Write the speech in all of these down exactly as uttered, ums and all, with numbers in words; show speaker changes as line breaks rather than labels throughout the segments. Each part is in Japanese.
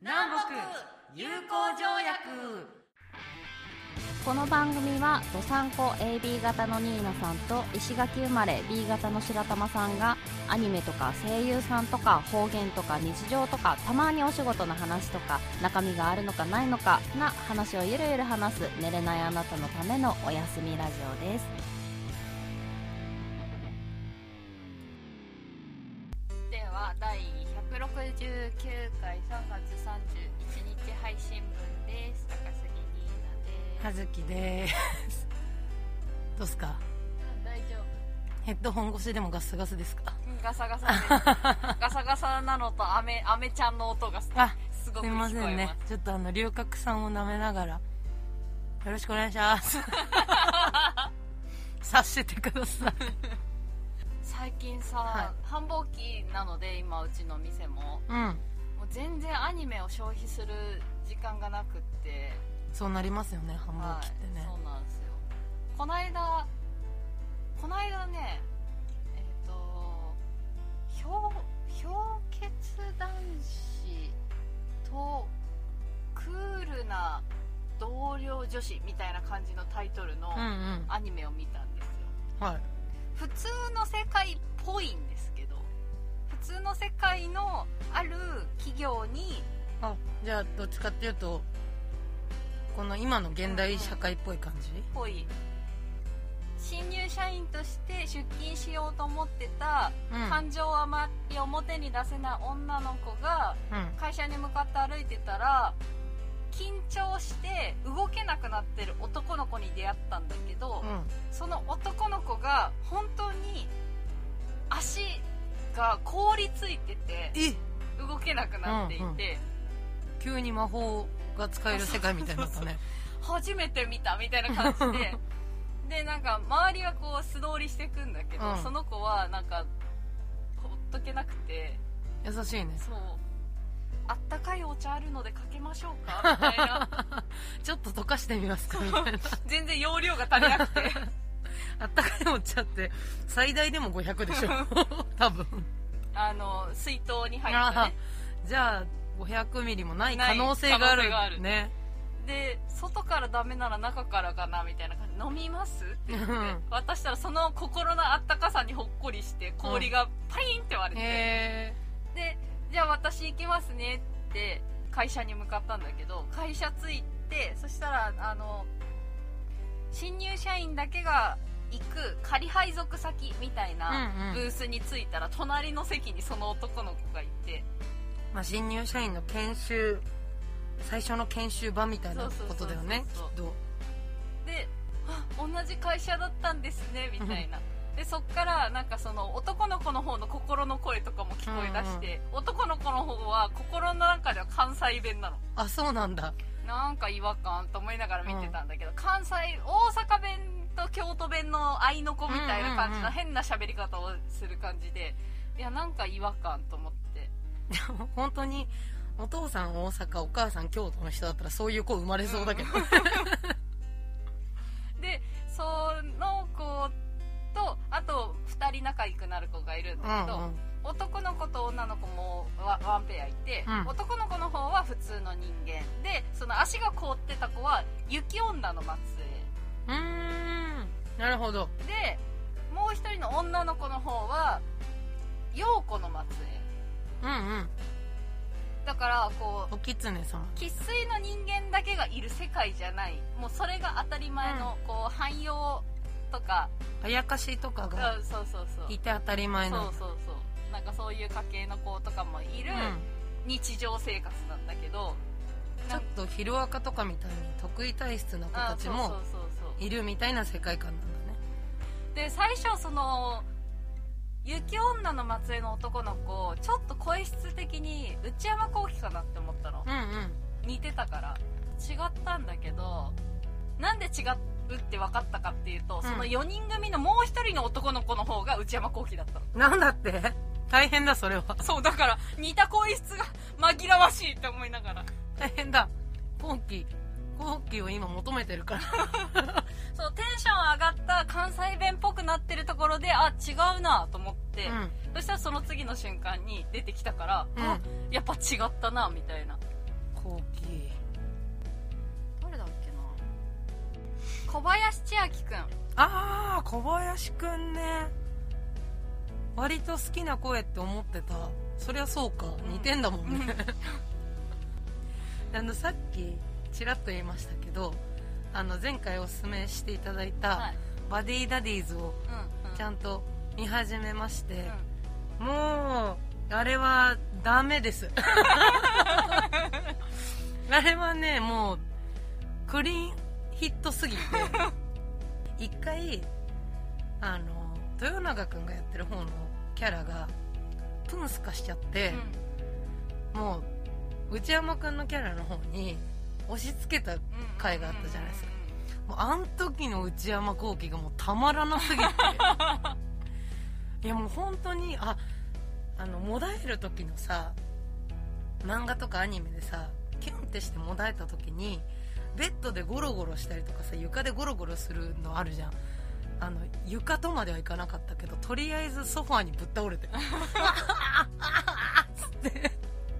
南北友好条約。
この番組はどさんこ エービー 型のニーナさんと石垣生まれ ビー 型の白玉さんがアニメとか声優さんとか方言とか日常とかたまにお仕事の話とか中身があるのかないのかな話をゆるゆる話す寝れないあなたのためのおやすみラジオです。ではだいひゃくろくじゅうきゅうかいさんがつさんじゅういちにち配信分です。高杉ニーナです。
はずきです。どうすか？
大丈夫。
ヘッドホン越しでもガスガスですか？
ガサガサです。ガサガサなのとアメ、アメちゃんの音がすごく聞こえます。
すいませんね。ちょっとあの龍角散を舐めながらよろしくお願いします察してください。
最近さ、
はい、
繁忙期なので今うちの店も、
うん、
もう全然アニメを消費する時間がなくって。
そうなりますよね、繁忙期ってね、
はい、そうなんですよ。この間この間ねえっ、ー、と氷結男子とクールな同僚女子みたいな感じのタイトルのアニメを見たんですよ、
うんうん、はい。
普通の世界っぽいんですけど、普通の世界のある企業に、
あ、じゃあどっちかっていうとこの今の現代社会っぽい感じ、うんうん、
ぽい。新入社員として出勤しようと思ってた、うん、感情をあまり表に出せない女の子が、うん、会社に向かって歩いてたら緊張して動けなくなってる男の子に出会ったんだけど、うん、その男の子が本当に足が凍りついてて動けなくなっていて、うんうん、
急に魔法が使える世界みたいになったね。
初めて見たみたいな感じででなんか周りはこう素通りしていくんだけど、うん、その子はなんかほっとけなくて、
優しいね。
そう、あったかいお茶あるのでかけましょうかみたいな
ちょっと溶かしてみますかみたいな
全然容量が足りなくて
あったかいお茶って最大でもごひゃくでしょ多分
あの水筒に入ったね。
じゃあごひゃくミリもない可能性がある、あるね。
で外からダメなら中からかなみたいな感じで、飲みますって言って、うん、渡したらその心のあったかさにほっこりして氷がパインって割れて、うん、でじゃあ私行きますねって会社に向かったんだけど、会社着いてそしたらあの新入社員だけが行く仮配属先みたいなブースに着いたら、うんうん、隣の席にその男の子がいて、
まあ、新入社員の研修最初の研修場みたいなことだよね、きっと。
で、あ、同じ会社だったんですねみたいなでそっからなんかその男の子の方の心の声とかも聞こえ出して、うんうん、男の子の方は心の中では関西弁なの。
あ、そうなんだ。
なんか違和感と思いながら見てたんだけど、うん、関西大阪弁と京都弁の合いの子みたいな感じの変な喋り方をする感じで、いやなんか違和感と思って
本当にお父さん大阪お母さん京都の人だったらそういう子生まれそうだけど、うん、
でその子とあとふたり仲良くなる子がいるんだけど、うんうん、男の子と女の子も ワ, ワンペアいて、うん、男の子の方は普通の人間で、その足が凍ってた子は雪女の末裔。
うーん、なるほど。
でもう一人の女の子の方は陽子の末裔。
うんうん。
だからこう
お狐さん、
生粋の人間だけがいる世界じゃない、もうそれが当たり前の、うん、こう汎用とか
あやかしとかがいて当たり前の、
そうそうそう、なんかそういう家系の子とかもいる日常生活なんだけど、
うん、ちょっとヒロアカとかみたいに得意体質な子たちもいるみたいな世界観なんだね。
で最初その雪女の末裔の男の子ちょっと声質的に内山聖輝かなって思ったの、
うんうん、似
てたから違ったんだけど、なんで違うって分かったかっていうと、うん、そのよにん組のもう一人の男の子の方が内山聖輝だったの。
なんだって大変だそれは。
そうだから似た声質が紛らわしいって思いながら
大変だ。聖輝聖輝を今求めてるから
そうテンション上がった関西弁っぽくなってるところであ違うなと思って、うん、そしたらその次の瞬間に出てきたから、うん、あやっぱ違ったなみたいな。
後期
誰だっけな、小林千秋くん。
ああ、小林くんね。割と好きな声って思ってた。そりゃそうか、似てんだもんね、うん、あのさっきちらっと言いましたけど、あの前回おすすめしていただいた、はい、バディダディーズをちゃんと見始めまして、うんうん、もうあれはダメですあれはね、もうクリーンヒットすぎて一回あの豊永くんがやってる方のキャラがプンス化しちゃって、うん、もう内山くんのキャラの方に押し付けた回があったじゃないですか。もうあん時の内山聖輝がもうたまらなすぎていやもう本当にああのもだえる時のさ、漫画とかアニメでさキュンってしてもだえた時にベッドでゴロゴロしたりとかさ、床でゴロゴロするのあるじゃん。あの床とまではいかなかったけど、とりあえずソファーにぶっ倒れてつって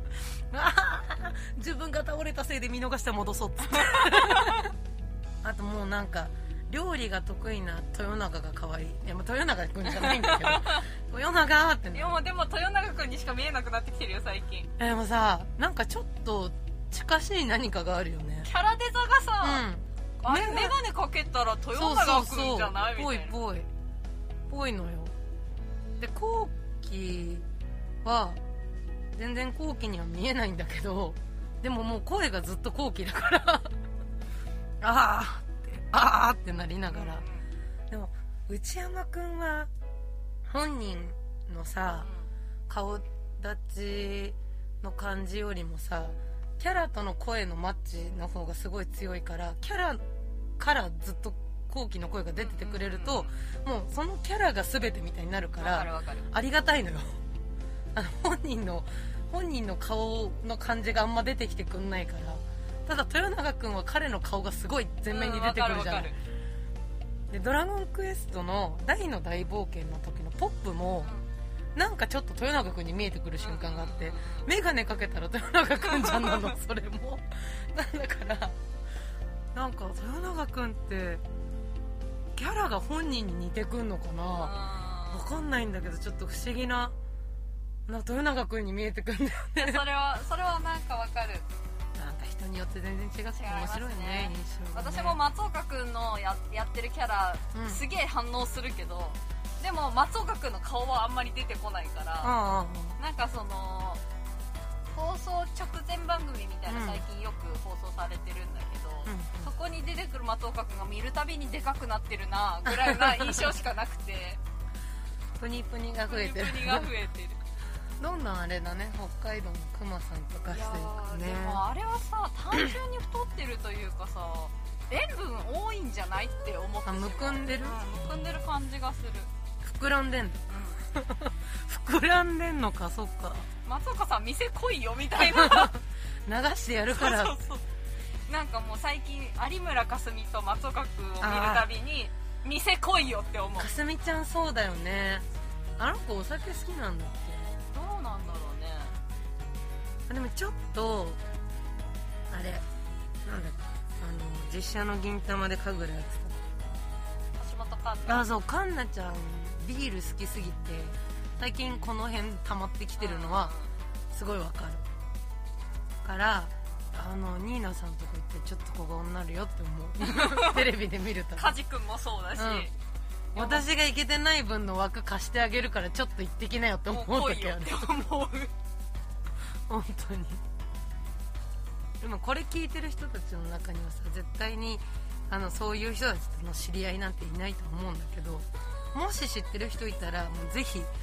自分が倒れたせいで見逃して戻そうっつってあともうなんか料理が得意な豊永が可愛い。いやもう豊永くんじゃないんだけど豊永ってね。
いやもうでも豊永くんにしか見えなくなってきてるよ最近。
えでもさ、なんかちょっと近しい何かがあるよね。
キャラデザがさ、うんあれメガネかけたら豊永くんじゃないみたいな。
ぽいぽいぽいのよ。で後期は全然後期には見えないんだけど、でももう声がずっと後期だからああってああってなりながら、うん、でも内山くんは本人のさ、うん、顔立ちの感じよりもさキャラとの声のマッチの方がすごい強いから、キャラからずっと後期の声が出ててくれると、もうそのキャラが全てみたいになるから、
わかるわかる、
ありがたいのよあの本人の本人の顔の感じがあんま出てきてくんないから。ただ豊永くんは彼の顔がすごい前面に出てくるじゃない、うん、でドラゴンクエストの大の大冒険の時のポップも、うん、なんかちょっと豊永くんに見えてくる瞬間があって、メガネかけたら豊永くんじゃんなのそれもなんだからなんか豊永くんってキャラが本人に似てくんのかな、わかんないんだけど、ちょっと不思議なな豊永くんに見えてくんだよね
それはそれはなんかわかる。
なんか人によって全然違って面白いね、ね、印象ね。
私も松岡くんの や, やってるキャラ、うん、すげえ反応するけど、でも松岡くんの顔はあんまり出てこないから、ああなんかその放送直前番組みたいな最近よく放送されてるんだけど、うん、そこに出てくる松岡くんが見るたびにでかくなってるなぐらいな印象しかなくて
プニプニが増えてる
プニプニが増えてる
どんどんあれだね、北海道のクマさんとかしていくね。
でもあれはさ単純に太ってるというかさ塩分多いんじゃないって思ってしまう。
むくんでる、
うん、むくんでる感じがする。
膨らんでんの、うん、膨らんでんのか。そっか、
松岡さん店来いよみたいな
流してやるから
そうそうそうなんかもう最近有村架純と松岡君を見るたびに店来いよって思う。
かすみちゃんそうだよね。あの子お酒好きなんだっけ。
どうなんだろうね。
でもちょっとあれなんだっけ、あの実写の銀魂で神楽やって
た橋本環奈。
あ、そう環奈ちゃんビール好きすぎて最近この辺溜まってきてるのはすごいわかるからあのニーナさんとこ行ってちょっとここになるよって思うテレビで見ると
カジ君もそうだし、
うん、私が行けてない分の枠貸してあげるからちょっと行ってきなよって思うんだけどね。
思う
本当に。でもこれ聞いてる人たちの中にはさ絶対にあのそういう人たちとの知り合いなんていないと思うんだけど、もし知ってる人いたらもうぜひ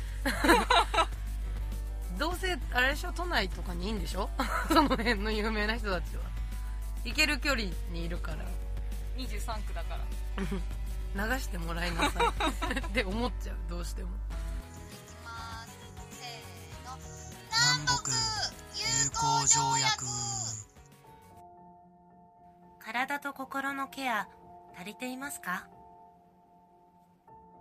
どうせあれでしょ、都内とかにいいんでしょその辺の有名な人たちは行ける距離にいるから
にじゅうさんくだから
流してもらいなさいって思っちゃう、どうしても。
南北友好条約。
体と心のケア足りていますか？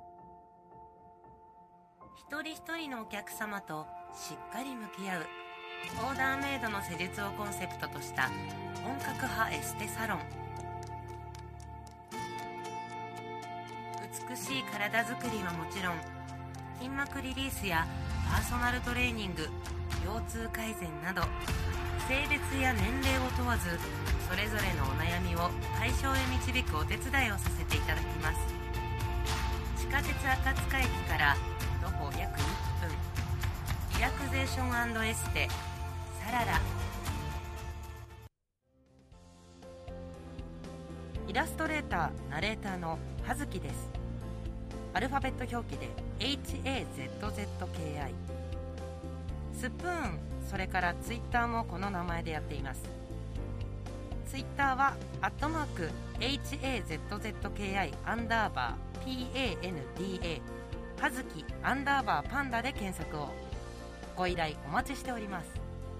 一人一人のお客様としっかり向き合うオーダーメイドの施術をコンセプトとした本格派エステサロン。美しい体づくりはもちろん、筋膜リリースやパーソナルトレーニング、腰痛改善など、性別や年齢を問わずそれぞれのお悩みを解消へ導くお手伝いをさせていただきます。地下鉄赤塚駅から徒歩約いっぷん、リラクゼーション&エステサララ。イラストレーターナレーターの葉月です。アルファベット表記で エイチエーゼットゼットケーアイ。 スプーン、それからツイッターもこの名前でやっています。ツイッターはアットマーク エイチエーゼットゼットケーアイ アンダーバー ピーエーエヌディーエー はずきアンダーバーパンダで検索を。ご依頼お待ちしております。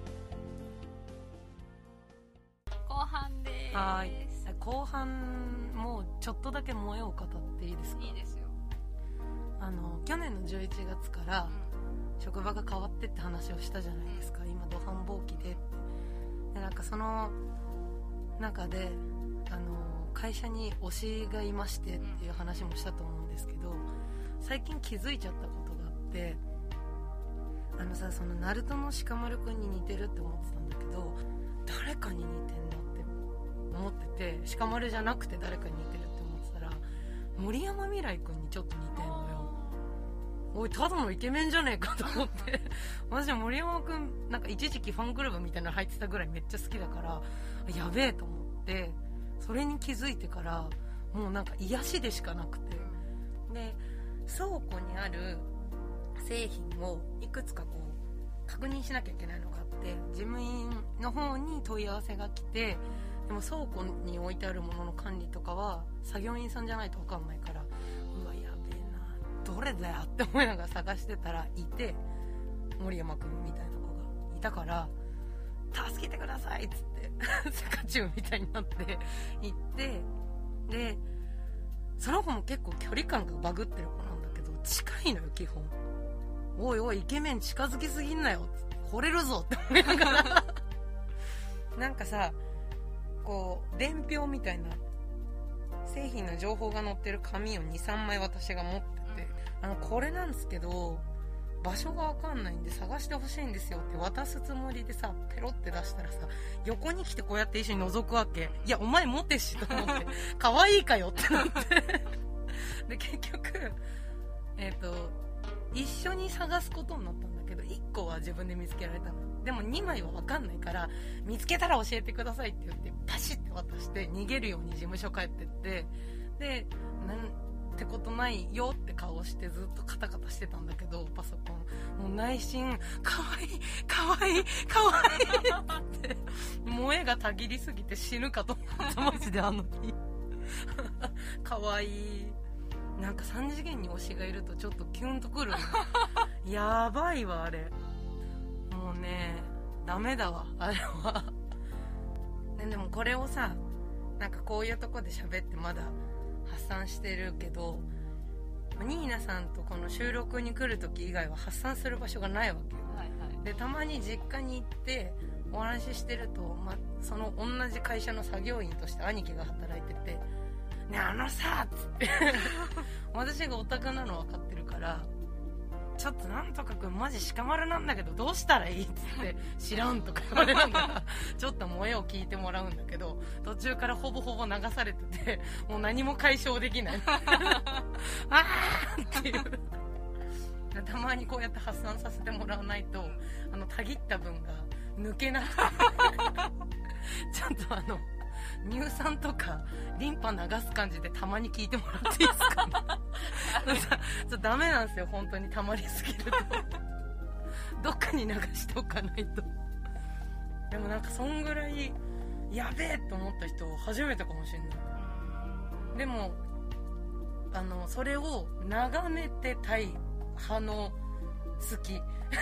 後半です。
はい、後半もうちょっとだけ萌えを語っていいですか？
いいですよ。
あの去年のじゅういちがつから職場が変わってって話をしたじゃないですか、うん、今土繁忙期でって。でなんかその中であの会社に推しがいましてっていう話もしたと思うんですけど、最近気づいちゃったことがあって、あのさ、そのナルトの鹿丸くんに似てるって思ってたんだけど、誰かに似てんのって思ってて、鹿丸じゃなくて誰かに似てるって思ってたら、森山未来くんにちょっと似てんのよ。おい、ただのイケメンじゃねえかと思って私は森山くんなんか一時期ファンクラブみたいなの入ってたぐらいめっちゃ好きだから、やべえと思って、それに気づいてからもうなんか癒しでしかなくて、で倉庫にある製品をいくつかこう確認しなきゃいけないのがあって、事務員の方に問い合わせが来て、でも倉庫に置いてあるものの管理とかは作業員さんじゃないと分かんないから、うわやべえな、どれだよって思いながら探してたらいて、森山くんみたいな子がいたから、助けてくださいっつってセカチュウみたいになって行って、でその子も結構距離感がバグってる子なんだけど、近いのよ基本。おいおいイケメン近づきすぎんなよっつって、惚れるぞって思いながらなんかさ、こう伝票みたいな製品の情報が載ってる紙を にさんまい私が持ってて、あのこれなんですけど場所が分かんないんで探してほしいんですよって渡すつもりでさ、ペロって出したらさ、横に来てこうやって一緒に覗くわけ。いやお前持てしと思って可愛いかよってなってで結局えっと一緒に探すことになったんだけど、いっこは自分で見つけられたの。でもにまいは分かんないから、見つけたら教えてくださいって言ってパシッて渡して逃げるように事務所帰ってって、でなんってことないよって顔してずっとカタカタしてたんだけど、パソコンもう内心かわいいかわいいかわいいって萌えがたぎりすぎて死ぬかと思ったマジであの日かわいい。なんかさん次元に推しがいるとちょっとキュンとくるやばいわあれ。もうねダメだわあれはで, でもこれをさ、なんかこういうとこで喋ってまだ発散してるけど、ニーナさんとこの収録に来るとき以外は発散する場所がないわけよ、はいはい、でたまに実家に行ってお話ししてると、ま、その同じ会社の作業員として兄貴が働いてて、ねあのさっつって私がオタクなの分かってるから、ちょっとなんとかくんマジ鹿丸なんだけどどうしたらいいっつって知らんとか言われながらちょっと萌えを聞いてもらうんだけど、途中からほぼほぼ流されてて、もう何も解消できないあーっていうたまにこうやって発散させてもらわないと、あのたぎった分が抜けなくてちょっとあの乳酸とかリンパ流す感じでたまに聞いてもらっていいですかねちょっとダメなんですよ本当に、溜まりすぎるとどっかに流しておかないと。でもなんかそんぐらいやべえと思った人初めてかもしれない。でもあのそれを眺めてたい派の好き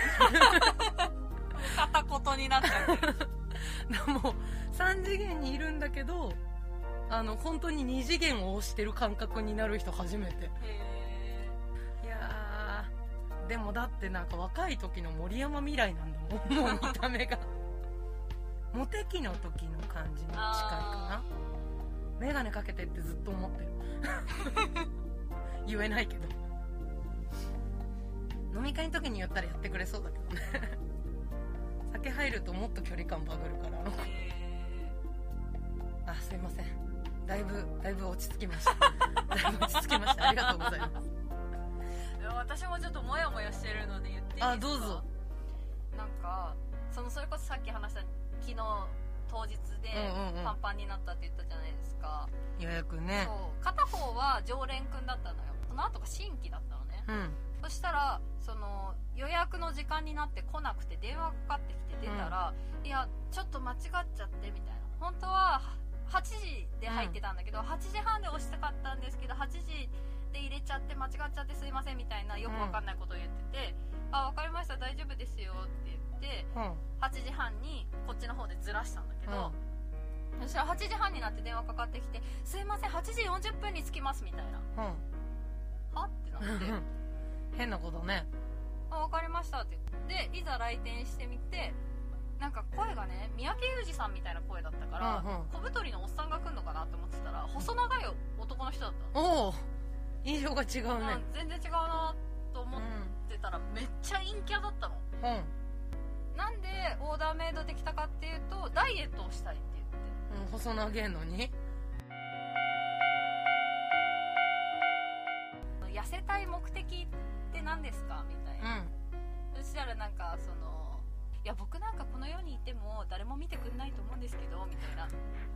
片言になっちゃってる
でもさん次元にいるんだけど、あの本当にに次元を押してる感覚になる人初めて。へー、いやでもだってなんか若い時の森山未来なんだもんもう見た目がモテ期の時の感じに近いかな。メガネかけてってずっと思ってる言えないけど飲み会の時に言ったらやってくれそうだけどね酒入るともっと距離感バグるからあ、すいません、だいぶだいぶ落ち着きましただいぶ落ち着きました。ありがとうございます。
私もちょっとモヤモヤしてるので言っていいですか。
あ、どうぞ。
なんかそのそれこそさっき話した昨日当日でパンパンになったって言ったじゃないですか、
うんうんうん、予約ね。
そう、片方は常連くんだったのよ。その後が新規だったのね、うん、そしたらその予約の時間になって来なくて電話かかってきて出たら、うん、いやちょっと間違っちゃってみたいな、本当ははちじで入ってたんだけど、うん、はちじはんで押したかったんですけどはちじで入れちゃって間違っちゃってすいませんみたいなよくわかんないことを言ってて、うん、あ、わかりました大丈夫ですよって言って、うん、はちじはんにこっちの方でずらしたんだけど、うん、そしたらはちじはんになって電話かかってきてすいませんはちじよんじゅっぷんに着きますみたいな、うん、はってなって
変なことね。
あ、わかりましたって言って、いざ来店してみてなんか声がね三宅裕司さんみたいな声だったから、うんうん、小太りのおっさんが来るのかなって思ってたら細長い男の人だったの。
おお、印象が違うね、
うん、全然違うなと思ってたら、うん、めっちゃ陰キャだったの、うん、なんでオーダーメイドできたかっていうとダイエットをしたいって言って、
うん、細長いのに
痩せたい目的って何ですかみたいな、うん、そしたらなんかそのいや僕なんかこの世にいても誰も見てくんないと思うんですけどみたいな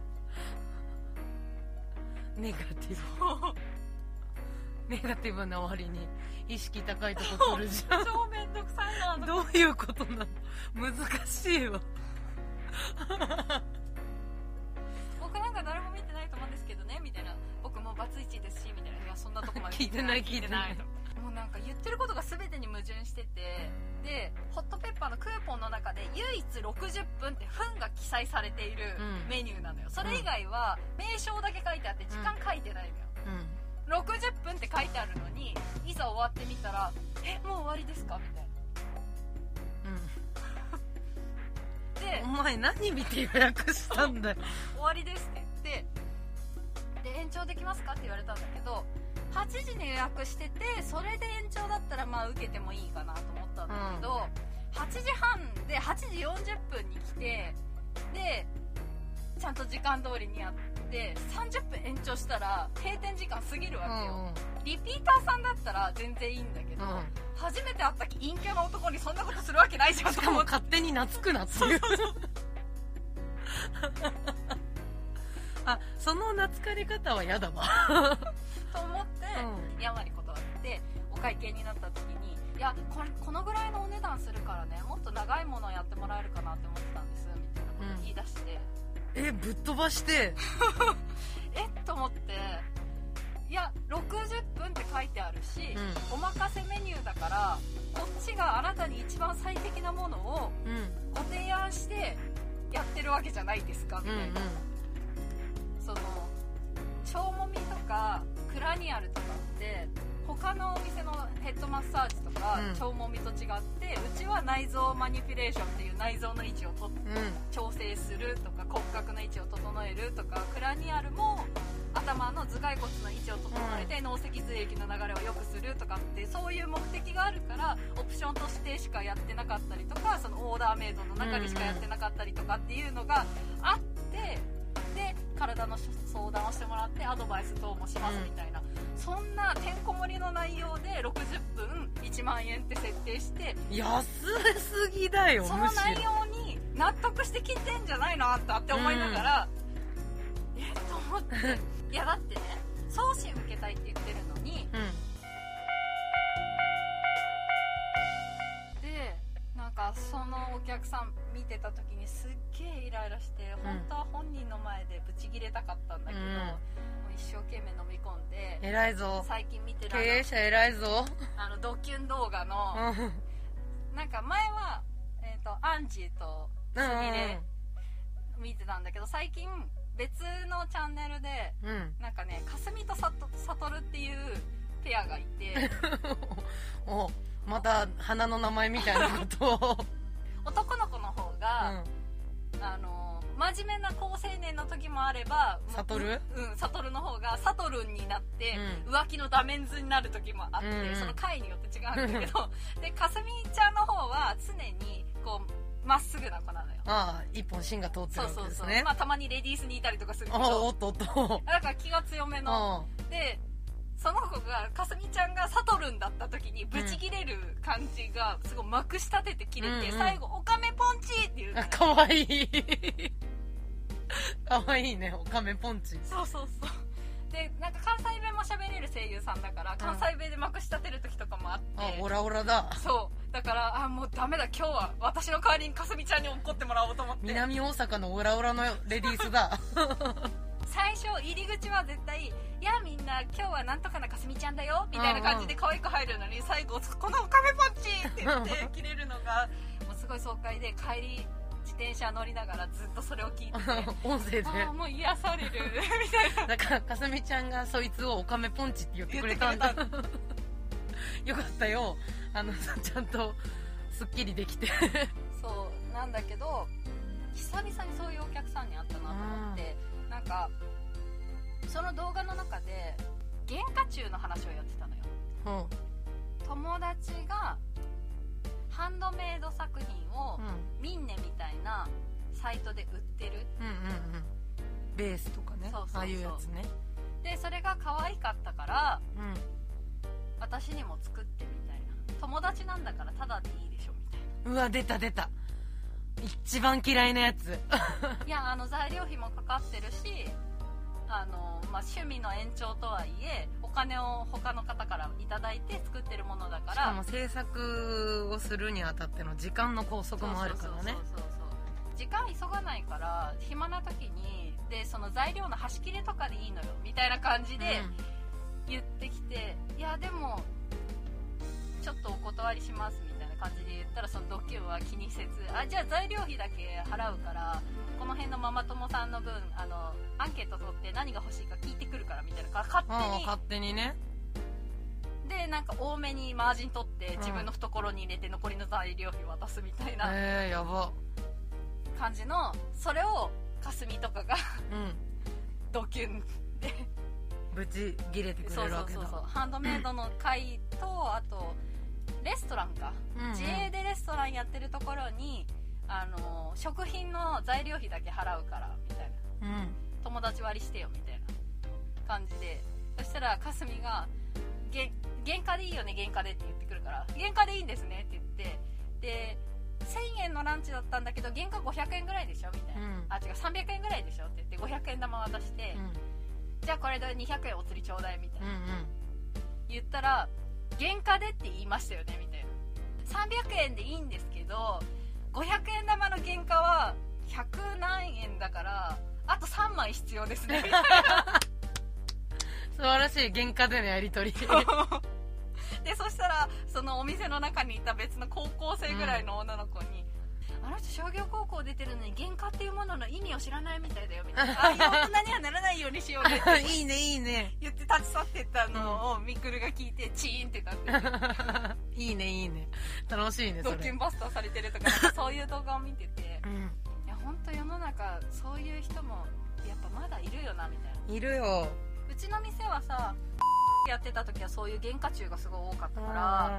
ネガティブネガティブな割に意識高いとこ来るじゃん
超めんどくさいな。
どういうことなの、難しいわ
僕なんか誰も見てないと思うんですけどねみたいな、僕もバツイチですしみたいな、いやそんなとこまで
聞いてない聞いてない
もうなんか言ってることが全てに矛盾してて、でホットペッパーのクーポンの中で唯一ろくじゅっぷんって分が記載されているメニューなのよ、うん、それ以外は名称だけ書いてあって時間書いてないのよ、うん、ろくじゅっぷんって書いてあるのにいざ終わってみたらえもう終わりですかみたいな、うん、で
お前何見て予約したんだよ
終わりですって言ってで延長できますかって言われたんだけどはちじに予約しててそれで延長だったらまあ受けてもいいかなと思ったんだけど、うん、はちじはんではちじよんじゅっぷんに来てでちゃんと時間通りにやってさんじゅっぷん延長したら閉店時間過ぎるわけよ、うんうん、リピーターさんだったら全然いいんだけど、うん、初めて会った陰キャの男にそんなことするわけないじゃん。
しかも勝手に懐くなっていうあ、その懐かれ方は嫌だわ
と思って、うん、やんわり断ってお会計になった時にいや こ, れこのぐらいのお値段するからねもっと長いものをやってもらえるかなって思ってたんですみたいなことを言い出して、
うん、えぶっ飛ばして
えっと思っていやろくじゅっぷんって書いてあるし、うん、お任せメニューだからこっちがあなたに一番最適なものをご提案してやってるわけじゃないですかみたいな、うんうん、その腸もみとかクラニアルとかって他のお店のヘッドマッサージとか、うん、腸もみと違ってうちは内臓マニピュレーションっていう内臓の位置をと、うん、調整するとか骨格の位置を整えるとかクラニアルも頭の頭蓋骨の位置を整えて、うん、脳脊髄液の流れを良くするとかってそういう目的があるからオプションとしてしかやってなかったりとかそのオーダーメイドの中でしかやってなかったりとかっていうのがあってで体の相談をしてもらってアドバイス等もしますみたいな、うん、そんなてんこ盛りの内容でろくじゅっぷんいちまんえんって設定して
安すぎだよ。
その内容に納得してきてんじゃないのあんたって思いながら、うん、えっと思っていやだってね送信受けたいって言ってるのに、うん、でなんかそのお客さん見てた時にすっげえイライラして、うん、本当は本人の前でブチギレたかったんだけど、うん、もう一生懸命飲み込んで
偉いぞ
最近見てる
経営者偉いぞ
あのドキュン動画のなんか前は、えーと、アンジーとスミレ見てたんだけど最近別のチャンネルで、うん、なんかねかすみとさとさとるっていうペアがいて
おまた花の名前みたいなことを
男の子の方が、うん、あの真面目な高青年の時もあれば
サトル
うんサトルの方がサトルンになって、うん、浮気のダメンズになる時もあって、うんうん、その回によって違うんだけどでかすみちゃんの方は常にこうまっすぐな子なのよ。
ああ一本芯が通ってるわけですね。そうそうそう、
まあ、たまにレディースにいたりとかするけど
あおっとおっと
だから気が強めのでその子がかすみちゃんがサトルンだった時にブチ切れる感じがすごいまくし立てて切れて、うんうん、最後おかめポンチって言うの、ね、
かわいいかわいいねおかめポンチ。
そうそうそうでなんか関西弁も喋れる声優さんだから関西弁でまくし立てる時とかもあって、
あオラオラだ。
そうだからあもうダメだ今日は私の代わりにかすみちゃんに怒ってもらおうと思って
南大阪のオラオラのレディースだ
最初入り口は絶対いやみんな今日はなんとかなかすみちゃんだよみたいな感じで可愛く入るのに、うんうん、最後このおかめポンチって言って切れるのがもうすごい爽快で帰り自転車乗りながらずっとそれを聞いてて
音声で
あもう癒されるみたいな
だからかすみちゃんがそいつをおかめポンチって言ってくれたんだよかったよあのちゃんとすっきりできて
そうなんだけど久々にそういうお客さんに会ったなと思って、うん、なんかその動画の中で原価中の話をやってたのよ、うん、友達がハンドメイド作品を、うん、ミンネみたいなサイトで売ってる、
うんうんうん、ベースとかねそうそうそうああいうやつね
でそれが可愛かったから、うん、私にも作ってみたいな友達なんだからタダでいいでしょみたいな。
うわ出た出た一番嫌いなやつ
いやあの材料費もかかってるしあの、まあ、趣味の延長とはいえお金を他の方からいただいて作ってるものだからし
かも制作をするにあたっての時間の拘束もあるからね。そうそうそうそう
時間急がないから暇な時にでその材料の端切れとかでいいのよみたいな感じで言ってきて、うん、いやでもちょっとお断りしますみたいな感じで言ったらそのドキュンは気にせずあじゃあ材料費だけ払うからこの辺のママ友さんの分あのアンケート取って何が欲しいか聞いてくるからみたいな勝手に
勝手にね
でなんか多めにマージン取って自分の懐に入れて残りの材料費渡すみたいな、
うん、えー、やば
感じのそれをかすみとかが、うん、ドキュンで
ぶち切れてくれるわけだ。そうそうそうそう
ハンドメイドの会とあとレストランか、うんうん、自営でレストランやってるところにあの食品の材料費だけ払うからみたいな、うん、友達割りしてよみたいな感じでそしたらかすみが原価でいいよね原価でって言ってくるから原価でいいんですねって言ってでせんえんのランチだったんだけど原価ごひゃくえんぐらいでしょみたいな、うん、あ違うさんびゃくえんぐらいでしょって言ってごひゃくえん玉渡して、うん、じゃあこれでにひゃくえんお釣りちょうだいみたいな、うんうん、言ったら原価でって言いましたよねみたいなさんびゃくえんでいいんですけどごひゃくえん玉の原価はひゃく何円だからあとさんまい必要ですねみたいな
素晴らしい原価でのやり取り
でそしたらそのお店の中にいた別の高校生ぐらいの女の子に、うん、あの人商業高校出てるのに原価っていうものの意味を知らないみたいだよみたいなああいう大人にはならないようにしようねって
いいねいいね
言って立ち去ってったのをみくるが聞いてチーンってなって
いいねいいね楽しいねそれ
ドッキンバスターされてるとかそういう動画を見てて、うん、いや本当世の中そういう人もやっぱまだいるよなみたいな。
いるよ。
うちの店はさやってた時はそういう原価中がすごい多かったから、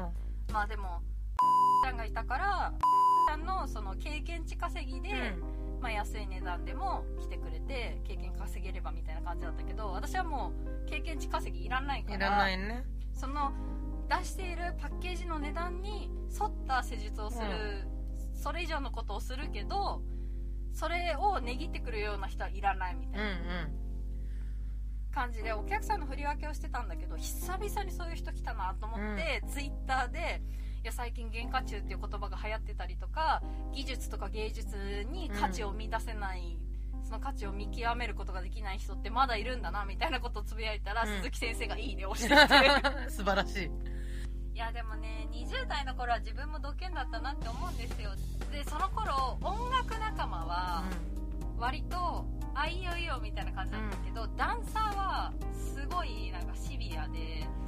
うん、まあでもちゃんがいたからちゃんのその経験値稼ぎで、うん、まあ安い値段でも来てくれて経験稼げればみたいな感じだったけど私はもう経験値稼ぎいらないから
いらないね。
その出しているパッケージの値段に沿った施術をする、うん、それ以上のことをするけどそれを値切ってくるような人はいらないみたいな、うんうん感じでお客さんの振り分けをしてたんだけど久々にそういう人来たなと思って、うん、ツイッターでいや最近原価中っていう言葉が流行ってたりとか技術とか芸術に価値を見出せない、うん、その価値を見極めることができない人ってまだいるんだなみたいなことをつぶやいたら、うん、鈴木先生がいいねをしてて
素晴らしい。
いやでもねにじゅう代の頃は自分もドキュンだったなって思うんですよ。でその頃音楽仲間は割とあいよいよみたいな感じだったけど、うん、ダンサーはすごいなんかシビアで、あ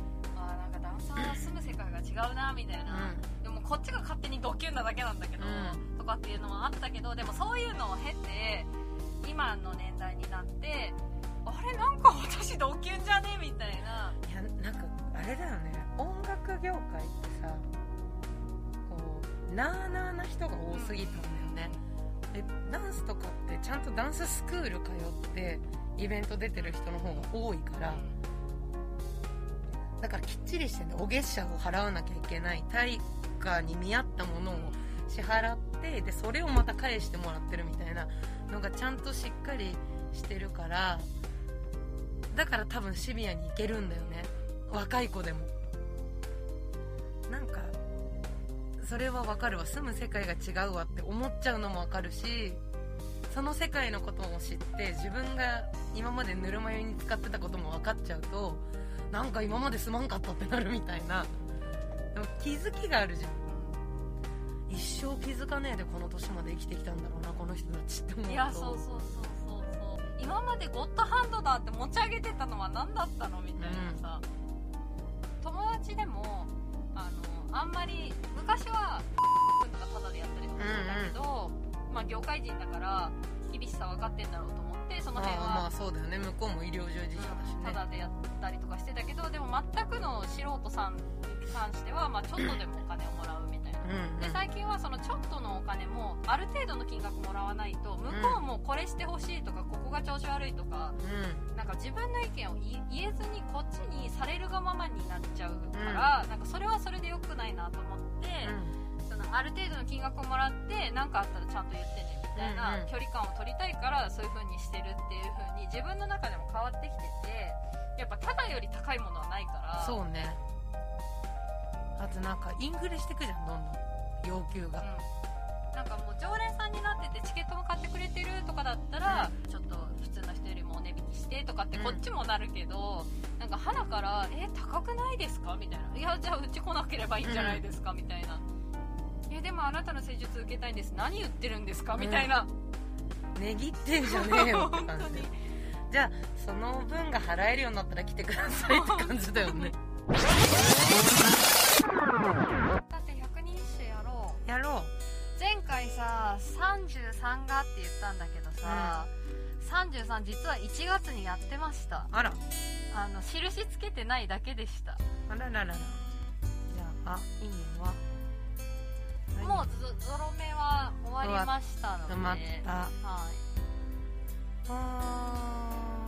あなんかダンサーは住む世界が違うなみたいな、うん、でもこっちが勝手にドキュンなだけなんだけど、うん、とかっていうのもあったけど、でもそういうのを経て今の年代になってあれなんか私ドキュンじゃねみたいな。
いやなんかあれだよね、音楽業界ってさこうなーなーな人が多すぎたんだよね、うん、でダンスとかってちゃんとダンススクール通ってイベント出てる人の方が多いから、うん、だからきっちりしてね、お月謝を払わなきゃいけない、対価に見合ったものを支払って、でそれをまた返してもらってるみたいなのがちゃんとしっかりしてるから、だから多分シビアにいけるんだよね、若い子でも。なんかそれはわかるわ、住む世界が違うわって思っちゃうのもわかるし、その世界のことを知って自分が今までぬるま湯に使ってたことも分かっちゃうと、なんか今まですまんかったってなるみたいな。でも気づきがあるじゃん。一生気づかねえでこの年まで生きてきたんだろうなこの人たちって思うと。
いやそうそうそうそうそう、今までゴッドハンドだって持ち上げてたのは何だったのみたいなさ、うん、友達でもあのあんまり昔はとかタダでやったりとかしてたけど、うんうん、まあ業界人だから厳しさ分かってんだろうと思って、その辺は
まあそうだよね、向こうも医療従事者だしね、
タダでやったりとかしてたけど、でも全くの素人さんに関しては、まあ、ちょっとでもお金をもらうみたいな、うんうん、で最近はそのちょっとのお金もある程度の金額もらわないと向こうもこれしてほしいとか、ここが調子悪いとか、うん、なんか自分の意見を言えずにこっちにされるがままになっちゃうから、うん、なんかそれはそれで良くないなと思って、うん、そのある程度の金額をもらって何かあったらちゃんと言ってねみたいな距離感を取りたいから、そういう風にしてるっていう風に自分の中でも変わってきてて、やっぱただより高いものはないから。
そうね、あとなんかインフレしてくじゃん、どんどん要求が、
うん、なんかもう常連さんになっててチケットも買ってくれてるとかだったら、うん、ちょっと普通の人よりもお値引きしてとかってこっちもなるけど、うん、なんか花からえ高くないですかみたいな、いやじゃあうち来なければいいんじゃないですか、うん、みたいな、えでもあなたの施術受けたいんです、何言ってるんですかみたいな、
うん、値切ってんじゃねえよって感じでじゃあその分が払えるようになったら来てくださいって感じだよね
だってひゃくにん一首やろう
やろう。
前回ささんじゅうさんがって言ったんだけどさ、うん、さんじゅうさん実はいちがつにやってました。
あら、
あの印つけてないだけでした。
あらららら。じゃあいいのは
もうゾゾロ目は終わりましたので、
埋まった。はい。あ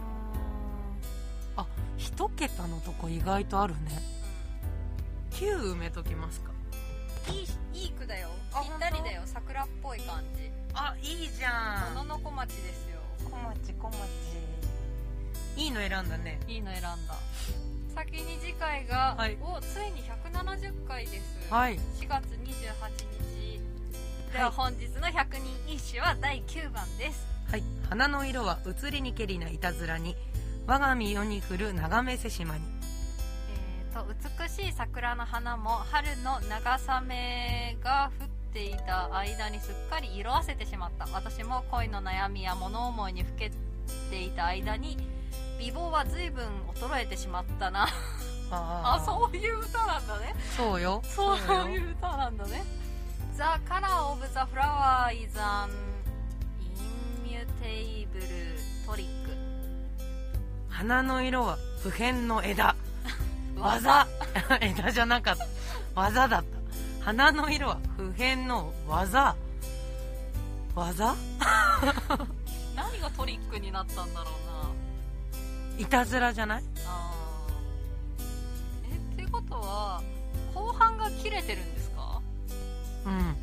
あ、一桁のとこ意外とあるね。きゅう埋めときますか。
いい、いい句だよ。ぴったりだよ。桜っぽい感じ。
あ、いいじゃん。
野々小町ですよ。
小町小町。いいの選んだね。
いいの選んだ。先に次回が、はい、おついにひゃくななじゅっかいです。はい。しがつにじゅうはちにち。では本日のひゃくにん一首はだいきゅうばんです。
はい。花の色は移りにけりないたずらに、我が身世に降る長めせしまに。
美しい桜の花も春の長雨が降っていた間にすっかり色あせてしまった。私も恋の悩みや物思いにふけていた間に美貌は随分衰えてしまったなああ、そういう歌なんだね。
そうよ、
そういう歌なんだね。 The color of the flower is an immutable tonic。
花の色は不変の枝。技枝じゃなかった、技だった。花の色は不変の技技
何がトリックになったんだろうな。
いたずらじゃない？
あえってことは後半が切れてるんですか？
うん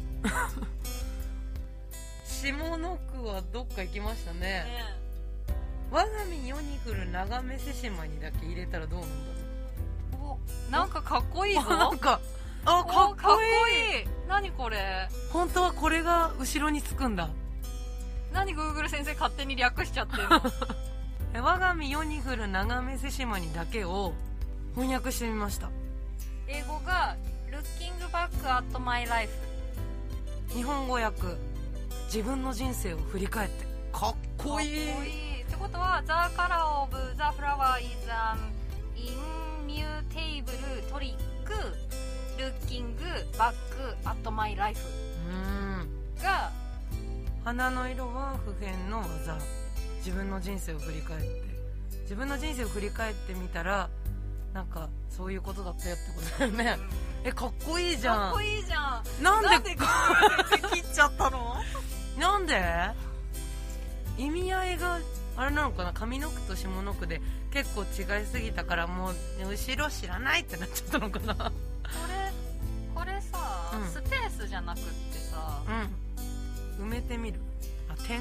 下の句はどっか行きましたね。ね、我が身世に降る長めせしまにだけ入れたらどうなんだろう。
なんかかっこいいぞ。
なんかあかっこいい。
いい。何これ。
本当はこれが後ろにつくんだ。
何 Google 先生勝手に略しちゃってるの
我が身世に降る長めせしまにだけを翻訳してみました。
英語が Looking back at my life。
日本語訳自分の人生を振り返って。かっこいい。
かっこいいってことは The color of the flower is an in ンミューテーブルトリックルッキングバックアットマイライフが、
花の色は不変の技、自分の人生を振り返って自分の人生を振り返ってみたらなんかそういうことだったよってことだよね、うん、えかっこいいじゃん。
かっこいいじゃん。
なんで
なんで切っちゃったの
なんで意味合いがあれなのかな、上の句と下の句で結構違いすぎたからもう後ろ知らないってなっちゃったのかな。こ
れこれさ、うん、スペースじゃなくってさ、
うん、埋めてみる。あ、点。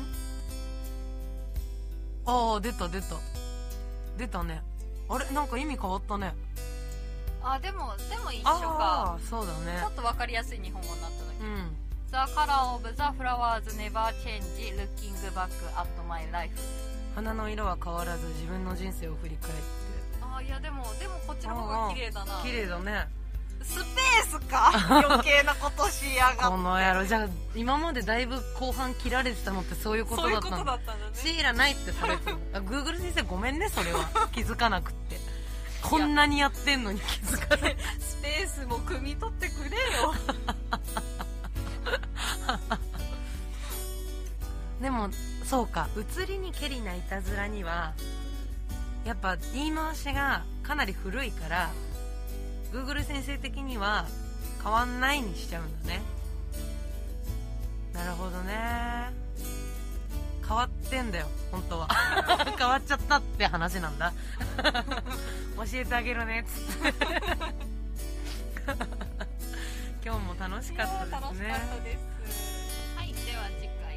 ああ出た出た出たね。あれなんか意味変わったね。
あでもでも一緒か。
あそうだね。
ちょっと分かりやすい日本語になっただけ。
うん。
The color of the flowers never change looking back at my life。
花の色は変わらず自分の人生を振り返って。
あいやでもでもこっちの方が綺麗だな。
綺麗だね。
スペースか余計なことしやがって
この野郎。じゃあ今までだいぶ後半切られてたのってそういうことだったの。
そういうことだったんだね。
知らないってされてる。Google 先生ごめんねそれは気づかなくってこんなにやってんのに気づかない。
スペースも汲み取ってくれよ
でもそうか、移りにけりないたずらにはやっぱ言い回しがかなり古いから Google 先生的には変わんないにしちゃうんだね。なるほどね。変わってんだよ本当は変わっちゃったって話なんだ教えてあげるねっつって今日も楽しかったですね。
楽しかったです。はい、では次回。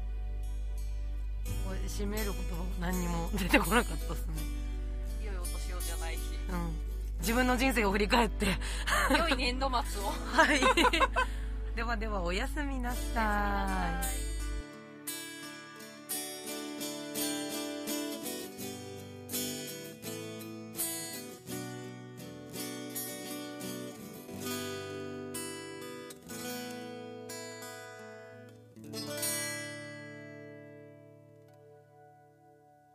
締める言葉が何にも出てこなかったですね。
良いお年をじゃないし、
うん、自分の人生を振り返って
良い年度末を
はいではではおやすみなさい。